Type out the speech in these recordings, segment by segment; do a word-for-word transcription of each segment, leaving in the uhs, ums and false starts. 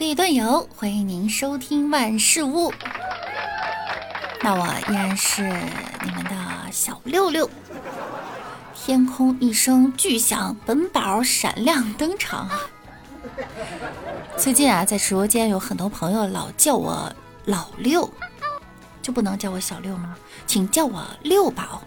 各位段友，欢迎您收听万事屋。那我依然是你们的小六六。天空一声巨响，本宝闪亮登场。最近啊，在直播间有很多朋友老叫我老六，就不能叫我小六吗？请叫我六宝。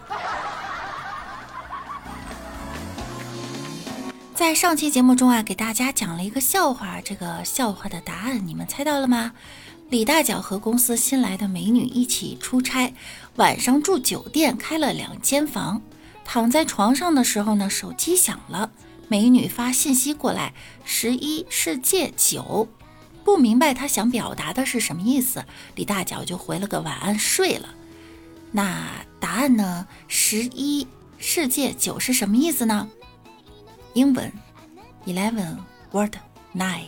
在上期节目中啊，给大家讲了一个笑话，这个笑话的答案你们猜到了吗？李大脚和公司新来的美女一起出差，晚上住酒店，开了两间房。躺在床上的时候呢，手机响了，美女发信息过来，十一世界九，不明白她想表达的是什么意思，李大脚就回了个晚安睡了。那答案呢？十一世界九是什么意思呢？英文 eleven word nine，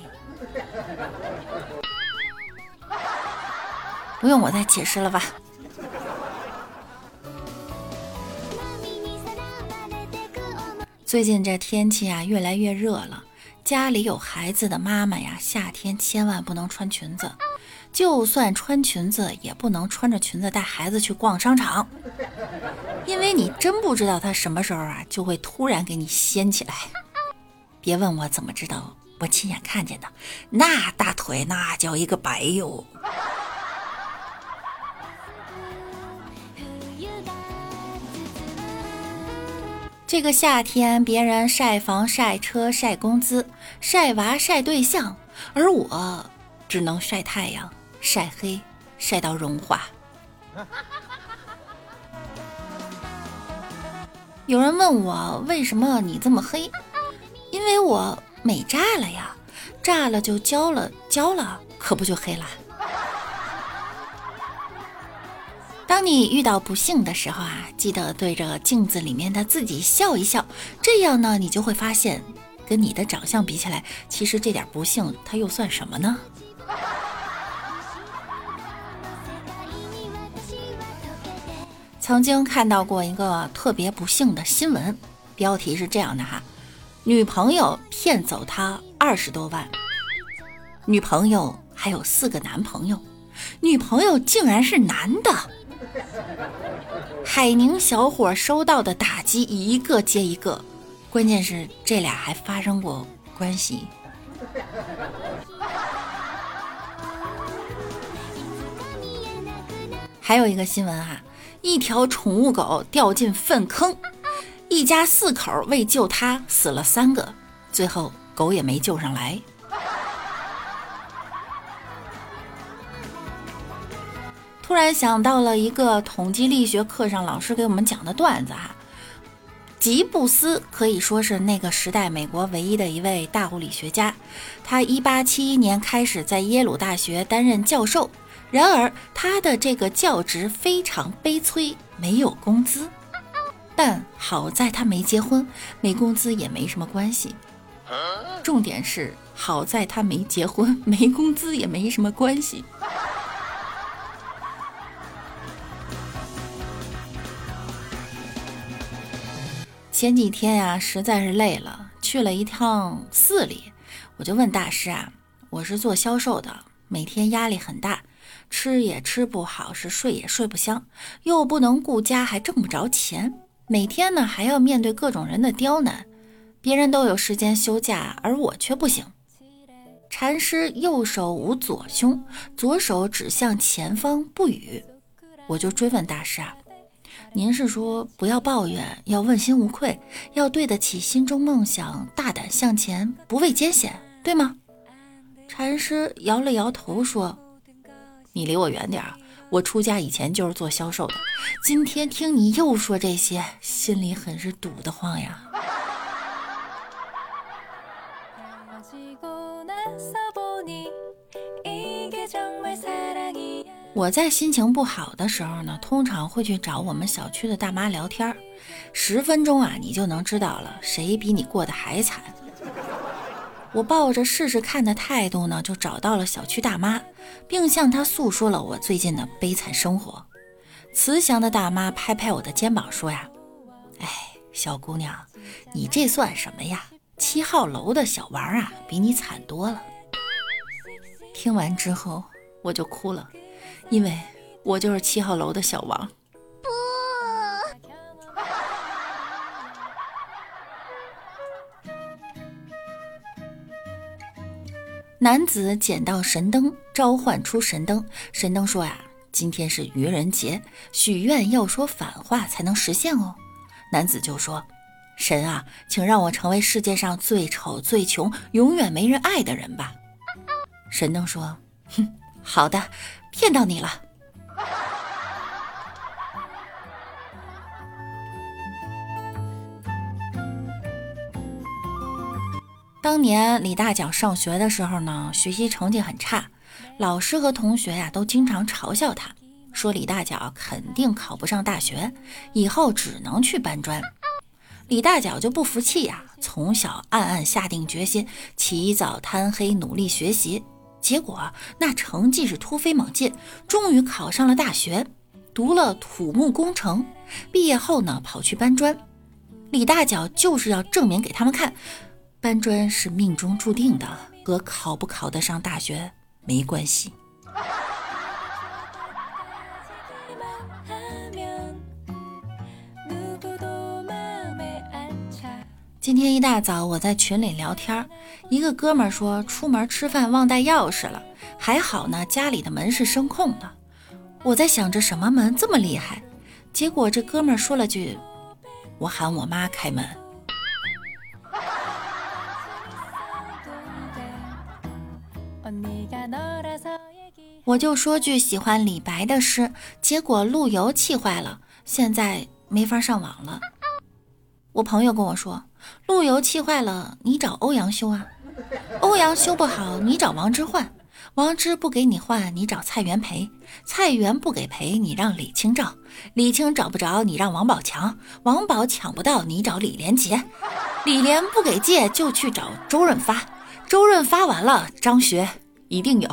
不用我再解释了吧。最近这天气啊越来越热了，家里有孩子的妈妈呀，夏天千万不能穿裙子，就算穿裙子也不能穿着裙子带孩子去逛商场，因为你真不知道他什么时候啊就会突然给你掀起来。别问我怎么知道，我亲眼看见的，那大腿那叫一个白哟。这个夏天别人晒房晒车晒工资晒娃晒对象，而我只能晒太阳晒黑晒到融化。有人问我为什么你这么黑，因为我美炸了呀，炸了就焦了，焦了可不就黑了。当你遇到不幸的时候啊，记得对着镜子里面的自己笑一笑，这样呢，你就会发现跟你的长相比起来，其实这点不幸它又算什么呢？曾经看到过一个特别不幸的新闻，标题是这样的哈：女朋友骗走他二十多万，女朋友还有四个男朋友，女朋友竟然是男的。海宁小伙收到的打击一个接一个，关键是这俩还发生过关系。还有一个新闻啊，一条宠物狗掉进粪坑，一家四口为救它死了三个，最后狗也没救上来。突然想到了一个统计力学课上老师给我们讲的段子哈，吉布斯可以说是那个时代美国唯一的一位大物理学家，他一八七一年开始在耶鲁大学担任教授，然而他的这个教职非常悲催，没有工资。但好在他没结婚，没工资也没什么关系。重点是好在他没结婚，没工资也没什么关系。前几天呀、啊，实在是累了，去了一趟寺里，我就问大师啊，我是做销售的，每天压力很大，吃也吃不好，是睡也睡不香，又不能顾家，还挣不着钱，每天呢还要面对各种人的刁难，别人都有时间休假，而我却不行。禅师右手捂左胸，左手指向前方不语，我就追问大师啊，您是说不要抱怨，要问心无愧，要对得起心中梦想，大胆向前，不畏艰险，对吗？禅师摇了摇头说，你离我远点，我出家以前就是做销售的，今天听你又说这些，心里很是堵得慌呀。我在心情不好的时候呢，通常会去找我们小区的大妈聊天，十分钟啊，你就能知道了谁比你过得还惨。我抱着试试看的态度呢，就找到了小区大妈，并向她诉说了我最近的悲惨生活。慈祥的大妈拍拍我的肩膀说呀，哎，小姑娘，你这算什么呀？七号楼的小王啊，比你惨多了。 听完之后我就哭了，因为我就是七号楼的小王。男子捡到神灯，召唤出神灯。神灯说呀、啊，今天是愚人节，许愿要说反话才能实现哦。男子就说，神啊，请让我成为世界上最丑最穷永远没人爱的人吧。神灯说，哼，好的，骗到你了。当年李大脚上学的时候呢，学习成绩很差，老师和同学呀、啊、都经常嘲笑他，说李大脚肯定考不上大学，以后只能去搬砖。李大脚就不服气呀、啊，从小暗暗下定决心，起早贪黑努力学习，结果那成绩是突飞猛进，终于考上了大学，读了土木工程。毕业后呢，跑去搬砖。李大脚就是要证明给他们看，搬砖是命中注定的，和考不考得上大学没关系。今天一大早我在群里聊天，一个哥们儿说出门吃饭忘带钥匙了，还好呢，家里的门是声控的。我在想着什么门这么厉害，结果这哥们儿说了句，我喊我妈开门。我就说句喜欢李白的诗，结果路由器坏了，现在没法上网了。我朋友跟我说，路由器坏了你找欧阳修啊，欧阳修不好你找王之换，王之不给你换你找蔡元培，蔡元不给赔你让李清照，李清找不着你让王宝强，王宝抢不到你找李连杰，李连不给借就去找周润发，周润发完了张学一定有。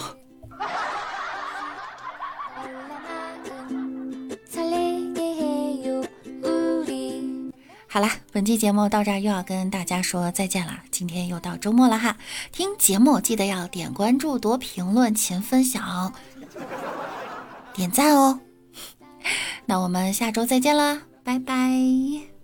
好啦，本期节目到这儿又要跟大家说再见了，今天又到周末了哈，听节目记得要点关注、多评论、勤分享、点赞哦。那我们下周再见啦，拜拜。